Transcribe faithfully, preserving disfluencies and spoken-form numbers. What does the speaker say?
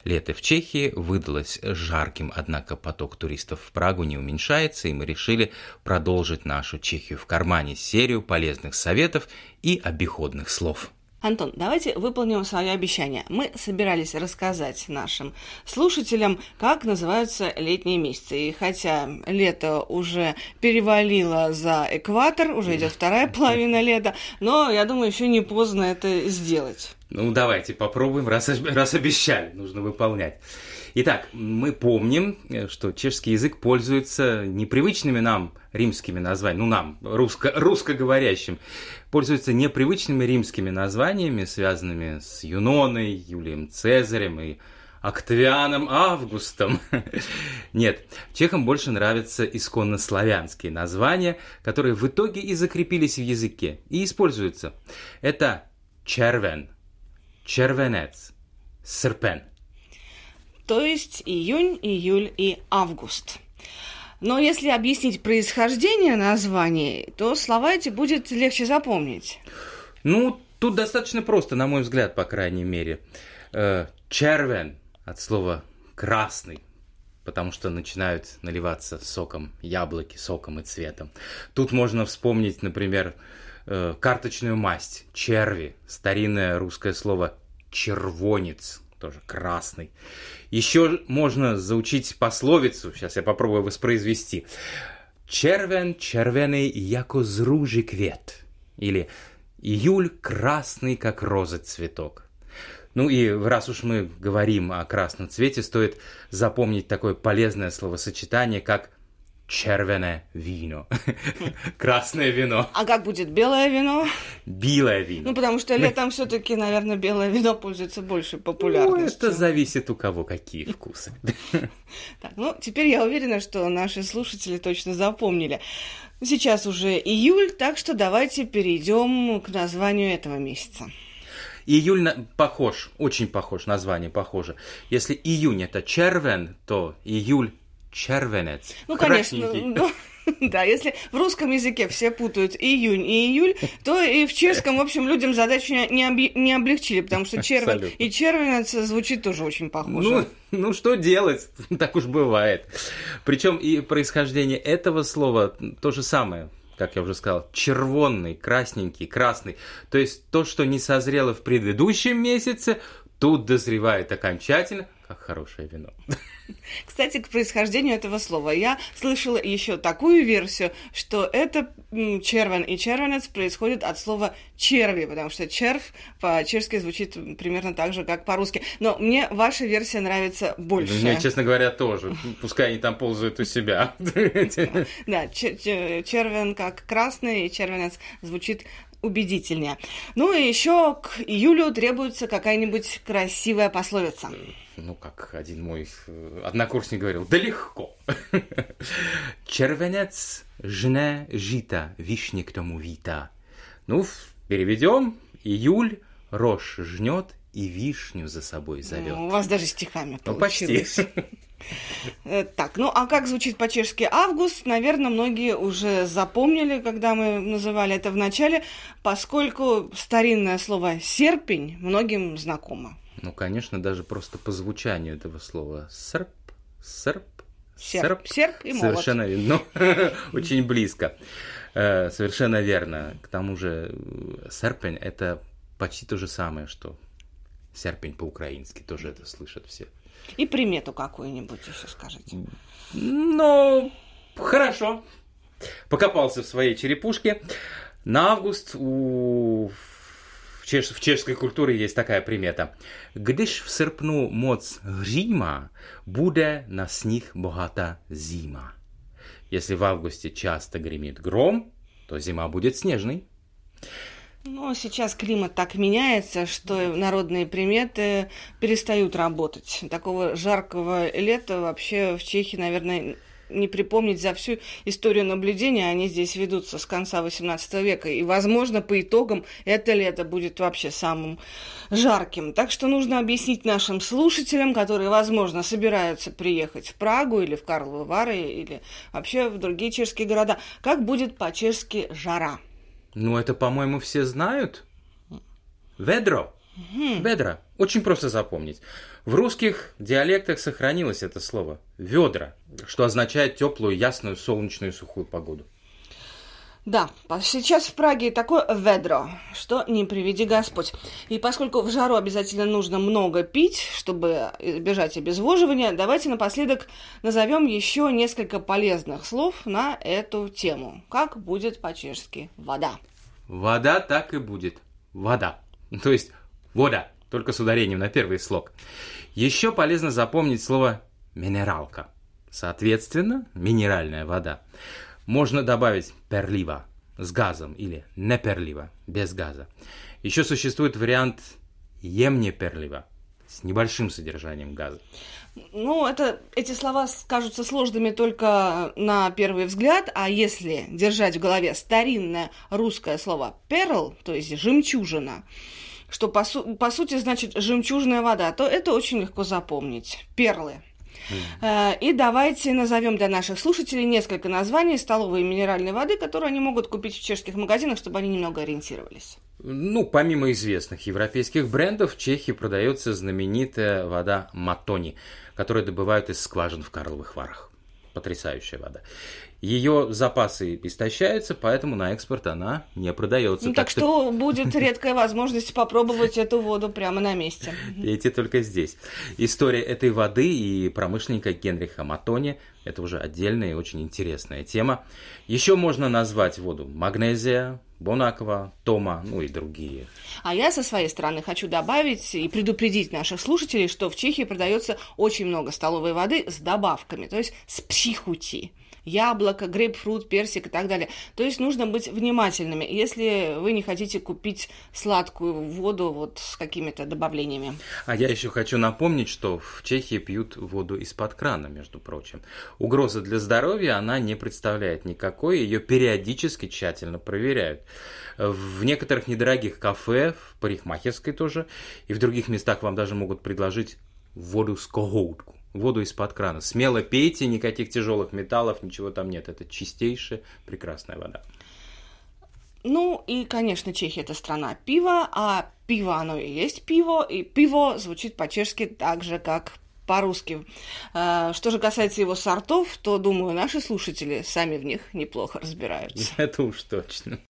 Лето в Чехии выдалось жарким, однако поток туристов в Прагу не уменьшается, и мы решили продолжить нашу «Чехию в кармане» серию полезных советов и обиходных слов. Антон, давайте выполним свое обещание. Мы собирались рассказать нашим слушателям, как называются летние месяцы. И хотя лето уже перевалило за экватор, уже идет вторая половина лета, но я думаю, еще не поздно это сделать. Ну, давайте попробуем, раз, раз обещали, нужно выполнять. Итак, мы помним, что чешский язык пользуется непривычными нам римскими названиями, ну, нам, русско, русскоговорящим, пользуется непривычными римскими названиями, связанными с Юноной, Юлием Цезарем и Октавианом Августом. Нет, чехам больше нравятся исконно славянские названия, которые в итоге и закрепились в языке, и используются. Это червен, червенец, српен. То есть июнь, июль и август. Но если объяснить происхождение названий, то слова эти будет легче запомнить. Ну, тут достаточно просто, на мой взгляд, по крайней мере. Червен от слова «красный», потому что начинают наливаться соком яблоки, соком и цветом. Тут можно вспомнить, например, карточную масть, черви, старинное русское слово «червонец», тоже красный. Еще можно заучить пословицу, сейчас я попробую воспроизвести. «Червен червеный, яко з ружи квет». Или «Июль красный, как розы цветок». Ну и раз уж мы говорим о красном цвете, стоит запомнить такое полезное словосочетание, как червеное вино. Красное вино. А как будет белое вино? Белое вино. Ну, потому что летом все-таки, наверное, белое вино пользуется большей популярностью. Ну, это зависит у кого какие вкусы. Так, ну, теперь я уверена, что наши слушатели точно запомнили. Сейчас уже июль, так что давайте перейдем к названию этого месяца. Июль на... похож, очень похож, название похоже. Если июнь это червен, то июль червенец. Ну, конечно, ну, да, если в русском языке все путают июнь и июль, то и в чешском, в общем, людям задачу не, об... не облегчили, потому что червен Абсолютно. И червенец звучит тоже очень похоже. Ну, ну, что делать? Так уж бывает. Причем и происхождение этого слова то же самое. Как я уже сказал, червонный, красненький, красный. То есть то, что не созрело в предыдущем месяце, тут дозревает окончательно, как хорошее вино. Кстати, к происхождению этого слова. Я слышала еще такую версию, что это червен и червенец происходит от слова черви, потому что червь по-чешски звучит примерно так же, как по-русски. Но мне ваша версия нравится больше. Мне, честно говоря, тоже. Пускай они там ползают у себя. Да, червен как красный, и червенец звучит убедительнее. Ну и еще к июлю требуется какая-нибудь красивая пословица. Ну, как один мой однокурсник говорил, да легко. Червенец жне жита, вишни к тому вита. Ну, переведем. Июль рожь жнет и вишню за собой зовет. Ну, у вас даже стихами ну, получилось. Почти. Так, ну а как звучит по-чешски август, наверное, многие уже запомнили, когда мы называли это в начале, поскольку старинное слово серпень многим знакомо. Ну, конечно, даже просто по звучанию этого слова. Серп, серп, серп. Серп и молот. Совершенно верно. Ну, очень близко. Совершенно верно. К тому же серпень – это почти то же самое, что серпень по-украински. Тоже это слышат все. И примету какую-нибудь еще скажите. Ну, хорошо. Покопался в своей черепушке. На август у... в, чеш... в чешской культуре есть такая примета. Když v srpnu moc hříma, bude na sníh богата зима. Если в августе часто гремит гром, то зима будет снежной. Ну, сейчас климат так меняется, что народные приметы перестают работать. Такого жаркого лета вообще в Чехии, наверное, не припомнить за всю историю наблюдения. Они здесь ведутся с конца восемнадцатого века. И, возможно, по итогам это лето будет вообще самым жарким. Так что нужно объяснить нашим слушателям, которые, возможно, собираются приехать в Прагу или в Карловы Вары, или вообще в другие чешские города, как будет по-чешски жара. Ну, это, по-моему, все знают. Ведро. Ведра. Очень просто запомнить. В русских диалектах сохранилось это слово ведра, что означает теплую, ясную, солнечную, сухую погоду. Да, сейчас в Праге такое ведро, что не приведи Господь. И поскольку в жару обязательно нужно много пить, чтобы избежать обезвоживания, давайте напоследок назовем еще несколько полезных слов на эту тему. Как будет по-чешски вода? Вода так и будет. Вода. То есть вода, только с ударением на первый слог. Еще полезно запомнить слово минералка. Соответственно, минеральная вода. Можно добавить перлива с газом или неперлива без газа. Еще существует вариант емнеперлива с небольшим содержанием газа. Ну, это, эти слова кажутся сложными только на первый взгляд, а если держать в голове старинное русское слово «перл», то есть «жемчужина», что по, су- по сути значит «жемчужная вода», то это очень легко запомнить. Перлы. Mm. И давайте назовем для наших слушателей несколько названий столовой и минеральной воды, которые они могут купить в чешских магазинах, чтобы они немного ориентировались. Ну, помимо известных европейских брендов, в Чехии продается знаменитая вода Матони, которую добывают из скважин в Карловых Варах. Потрясающая вода. Ее запасы истощаются, поэтому на экспорт она не продается. Ну, так, так что... что будет редкая возможность попробовать эту воду прямо на месте. Пейте только здесь. История этой воды и промышленника Генриха Матони – это уже отдельная и очень интересная тема. Еще можно назвать воду магнезия, Бонаква, Тома, ну и другие. А я со своей стороны хочу добавить и предупредить наших слушателей, что в Чехии продается очень много столовой воды с добавками, то есть с психути. Яблоко, грейпфрут, персик и так далее. То есть нужно быть внимательными, если вы не хотите купить сладкую воду вот с какими-то добавлениями. А я еще хочу напомнить, что в Чехии пьют воду из-под крана, между прочим. Угрозы для здоровья она не представляет никакой, ее периодически тщательно проверяют. В некоторых недорогих кафе, в парикмахерской тоже, и в других местах вам даже могут предложить воду с когоутку. Воду из-под крана. Смело пейте, никаких тяжелых металлов, ничего там нет. Это чистейшая, прекрасная вода. Ну и, конечно, Чехия – это страна пива, а пиво оно и есть пиво, и пиво звучит по-чешски так же, как по-русски. Что же касается его сортов, то, думаю, наши слушатели сами в них неплохо разбираются. Это уж точно.